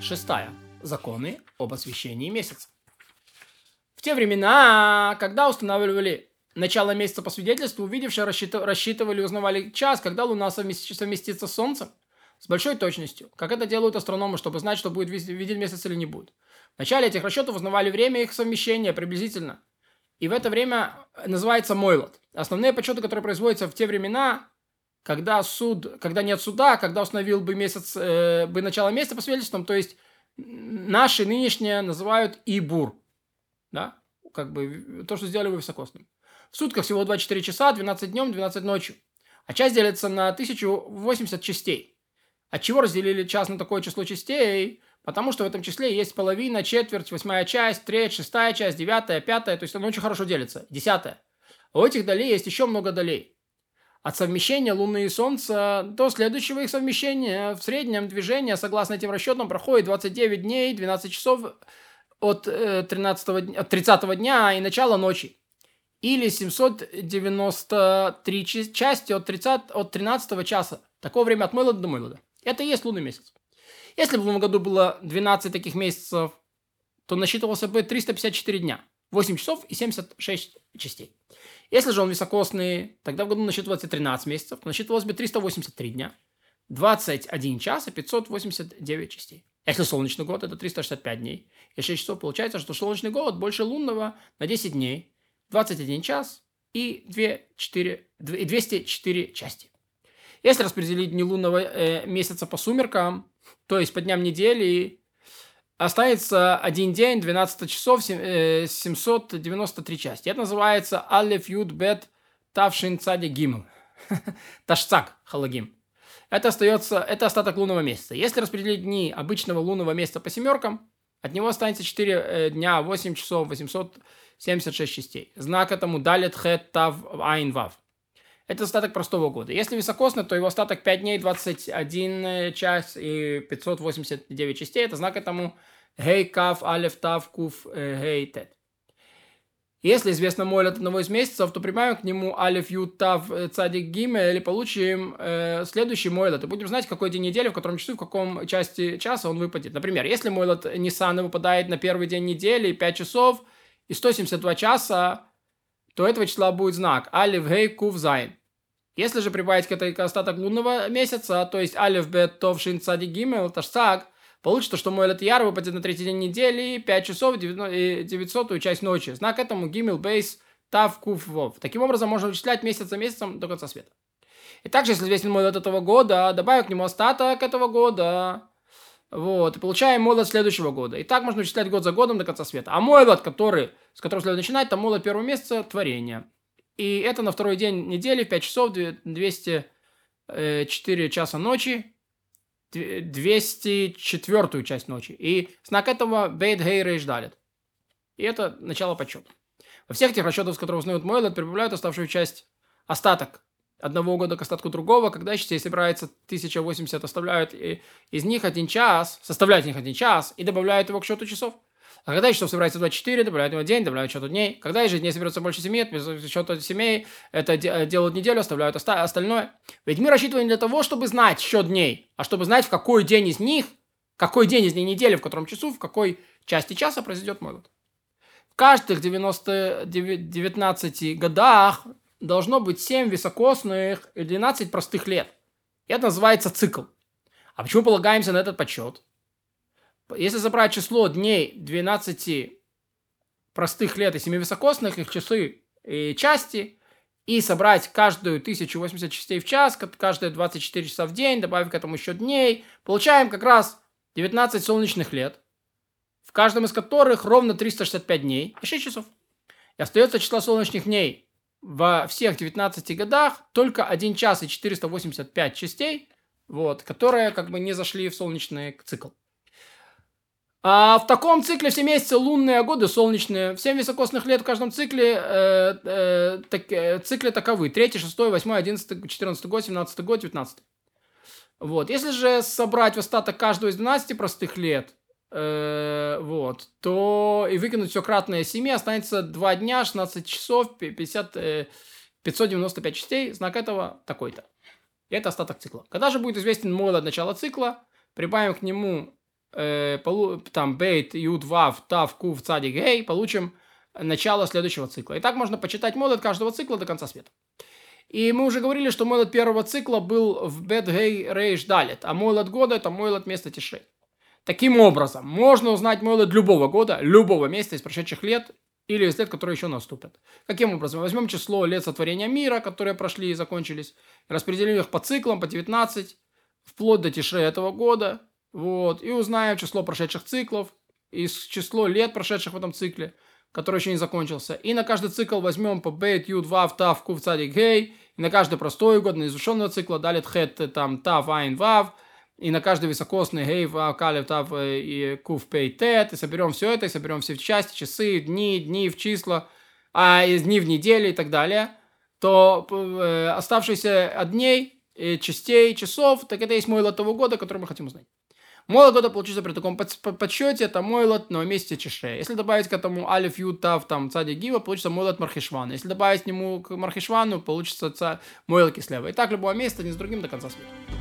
6. Законы об освещении месяца. В те времена, когда устанавливали начало месяца по свидетельству, увидевшие рассчитывали и узнавали час, когда Луна совместится с Солнцем с большой точностью, как это делают астрономы, чтобы знать, что будет видеть месяц или не будет. В начале этих расчетов узнавали время их совмещения приблизительно. И в это время называется мойлот. Основные подсчеты, которые производятся в те времена, когда нет суда, когда установил бы начало месяца по свидетельствам, то есть наши нынешние называют ибур. Да? Как бы то, что сделали вы високосным. В сутках всего 24 часа, 12 днем, 12 ночью. А часть делится на 1080 частей. Отчего разделили час на такое число частей? Потому что в этом числе есть половина, четверть, 8 часть, треть, 6 часть, 9, 5. То есть оно очень хорошо делится. 10. А у этих долей есть еще много долей. От совмещения Луны и Солнца до следующего их совмещения в среднем движение, согласно этим расчетам, проходит 29 дней, 12 часов от 30 дня и начала ночи. Или 793 части от 13 часа. Такое время от Мойлода до Мойлода. Это и есть лунный месяц. Если бы в новом году было 12 таких месяцев, то насчитывался бы 354 дня, 8 часов и 76 частей. Если же он високосный, тогда в году насчитывается 13 месяцев, то насчитывалось бы 383 дня, 21 час и 589 частей. Если солнечный год, это 365 дней и 6 часов. Получается, что солнечный год больше лунного на 10 дней, 21 час и 204 части. Если распределить дни лунного месяца по сумеркам, то есть по дням недели, останется один день, 12 часов, 793 части. Это называется Алеф Юд Бет Тавшин Цади Гимл. Ташцак Халагим. Это остаток лунного месяца. Если распределить дни обычного лунного месяца по семеркам, от него останется 4 дня, 8 часов, 876 частей. Знак этому Далет Хет Тав Айн Вав. Это остаток простого года. Если високосный, то его остаток 5 дней, 21 час и 589 частей. Это знак этому Гей Кав Алеф Тав Куф Гей Тет. Если известно мойлот одного из месяцев, то прибавим к нему Алеф Ют Тав Цадик Гиме или получим следующий мойлот. И будем знать, в какой день недели, в котором часу, в каком части часа он выпадет. Например, если мойлот Ниссана выпадает на первый день недели 5 часов и 172 часа, то этого числа будет знак Алеф Гей Кув Зайн. Если же прибавить к этой остаток лунного месяца, то есть Алеф Бет Товшин Цадик Гимел Ташцак, получится, что мойлот Яр выпадет на третий день недели 5 часов и 900 часть ночи. Знак этому Гимел Бейс Тав Кув Вов. Таким образом, можно вычислять месяц за месяцем до конца света. И также, если известен мойлот этого года, добавим к нему остаток этого года. Вот, и получаем мойлот следующего года. И так можно вычислять год за годом до конца света. А мойлот, с которого следует начинать, там мойлот первого месяца творения. И это на второй день недели, 5 часов, 204 часа ночи, 204 часть ночи. И знак этого Бейт Гей Рейш Далет. И это начало подсчета. Во всех этих расчетах, с которых узнают мойлот, прибавляют оставшую часть, остаток одного года к остатку другого. Когда частей собирается 1080, оставляют из них один час, составляют из них один час и добавляют его к счету часов. А когда часов собирается 24, добавляют ему день, добавляют счету дней. Когда же дней соберется больше 7, без счета семей, это делают неделю, оставляют остальное. Ведь мы рассчитываем для того, чтобы знать счет дней, а чтобы знать, в какой день из них недели, в котором часу, в какой части часа произойдет мойлот. В каждых 19 годах должно быть 7 високосных и 12 простых лет. И это называется цикл. А почему полагаемся на этот подсчет? Если забрать число дней 12 простых лет и 7 високосных, их часы и части, и собрать каждую 1080 частей в час, каждые 24 часа в день, добавив к этому еще дней, получаем как раз 19 солнечных лет, в каждом из которых ровно 365 дней и 6 часов. И остается число солнечных дней во всех 19 годах только 1 час и 485 частей, которые как бы не зашли в солнечный цикл. А в таком цикле все месяцы лунные, а годы солнечные. В 7 високосных лет в каждом цикле таковы. 3, 6, 8, 11, 14 год, 17 год, 19. Вот. Если же собрать в остаток каждого из 12 простых лет, то и выкинуть все кратное 7, останется 2 дня, 16 часов, 595 частей. Знак этого такой-то. И это остаток цикла. Когда же будет известен мойлот начала цикла, прибавим к нему там бейт, юд, вав, тав, кув, цадик, гей, получим начало следующего цикла. И так можно почитать молот каждого цикла до конца света. И мы уже говорили, что молот первого цикла был в бет, гей, рейш, далит, а молот года это молот места тишрей. Таким образом, можно узнать молот любого года, любого месяца из прошедших лет или из лет, которые еще наступят. Каким образом? Возьмем число лет сотворения мира, которые прошли и закончились, распределим их по циклам, по 19, вплоть до тишрея этого года, вот, и узнаем число прошедших циклов и число лет, прошедших в этом цикле, который еще не закончился. И на каждый цикл возьмем по бейт, юд, вав, тав, кув, цадик, гей, и на каждый простой год, на изученного цикла, далит, хет, там, тав, айн, вав, и на каждый високосный гей, вав, калев, тав и кув, пей, тет, и соберем все это, и соберем все в части, часы, дни в числа, дни в недели и так далее, то оставшиеся от дней, частей, часов, так это есть мойлот того года, который мы хотим узнать. Мойлот года получится при таком подсчете, это мойлот на месте Тишрея. Если добавить к этому алиф, ют, тав, там, цадик, гива, получится мойлот мархишвана. Если добавить к нему к мархишвану, получится мойлот кислева. И так любое место, ни с другим до конца света.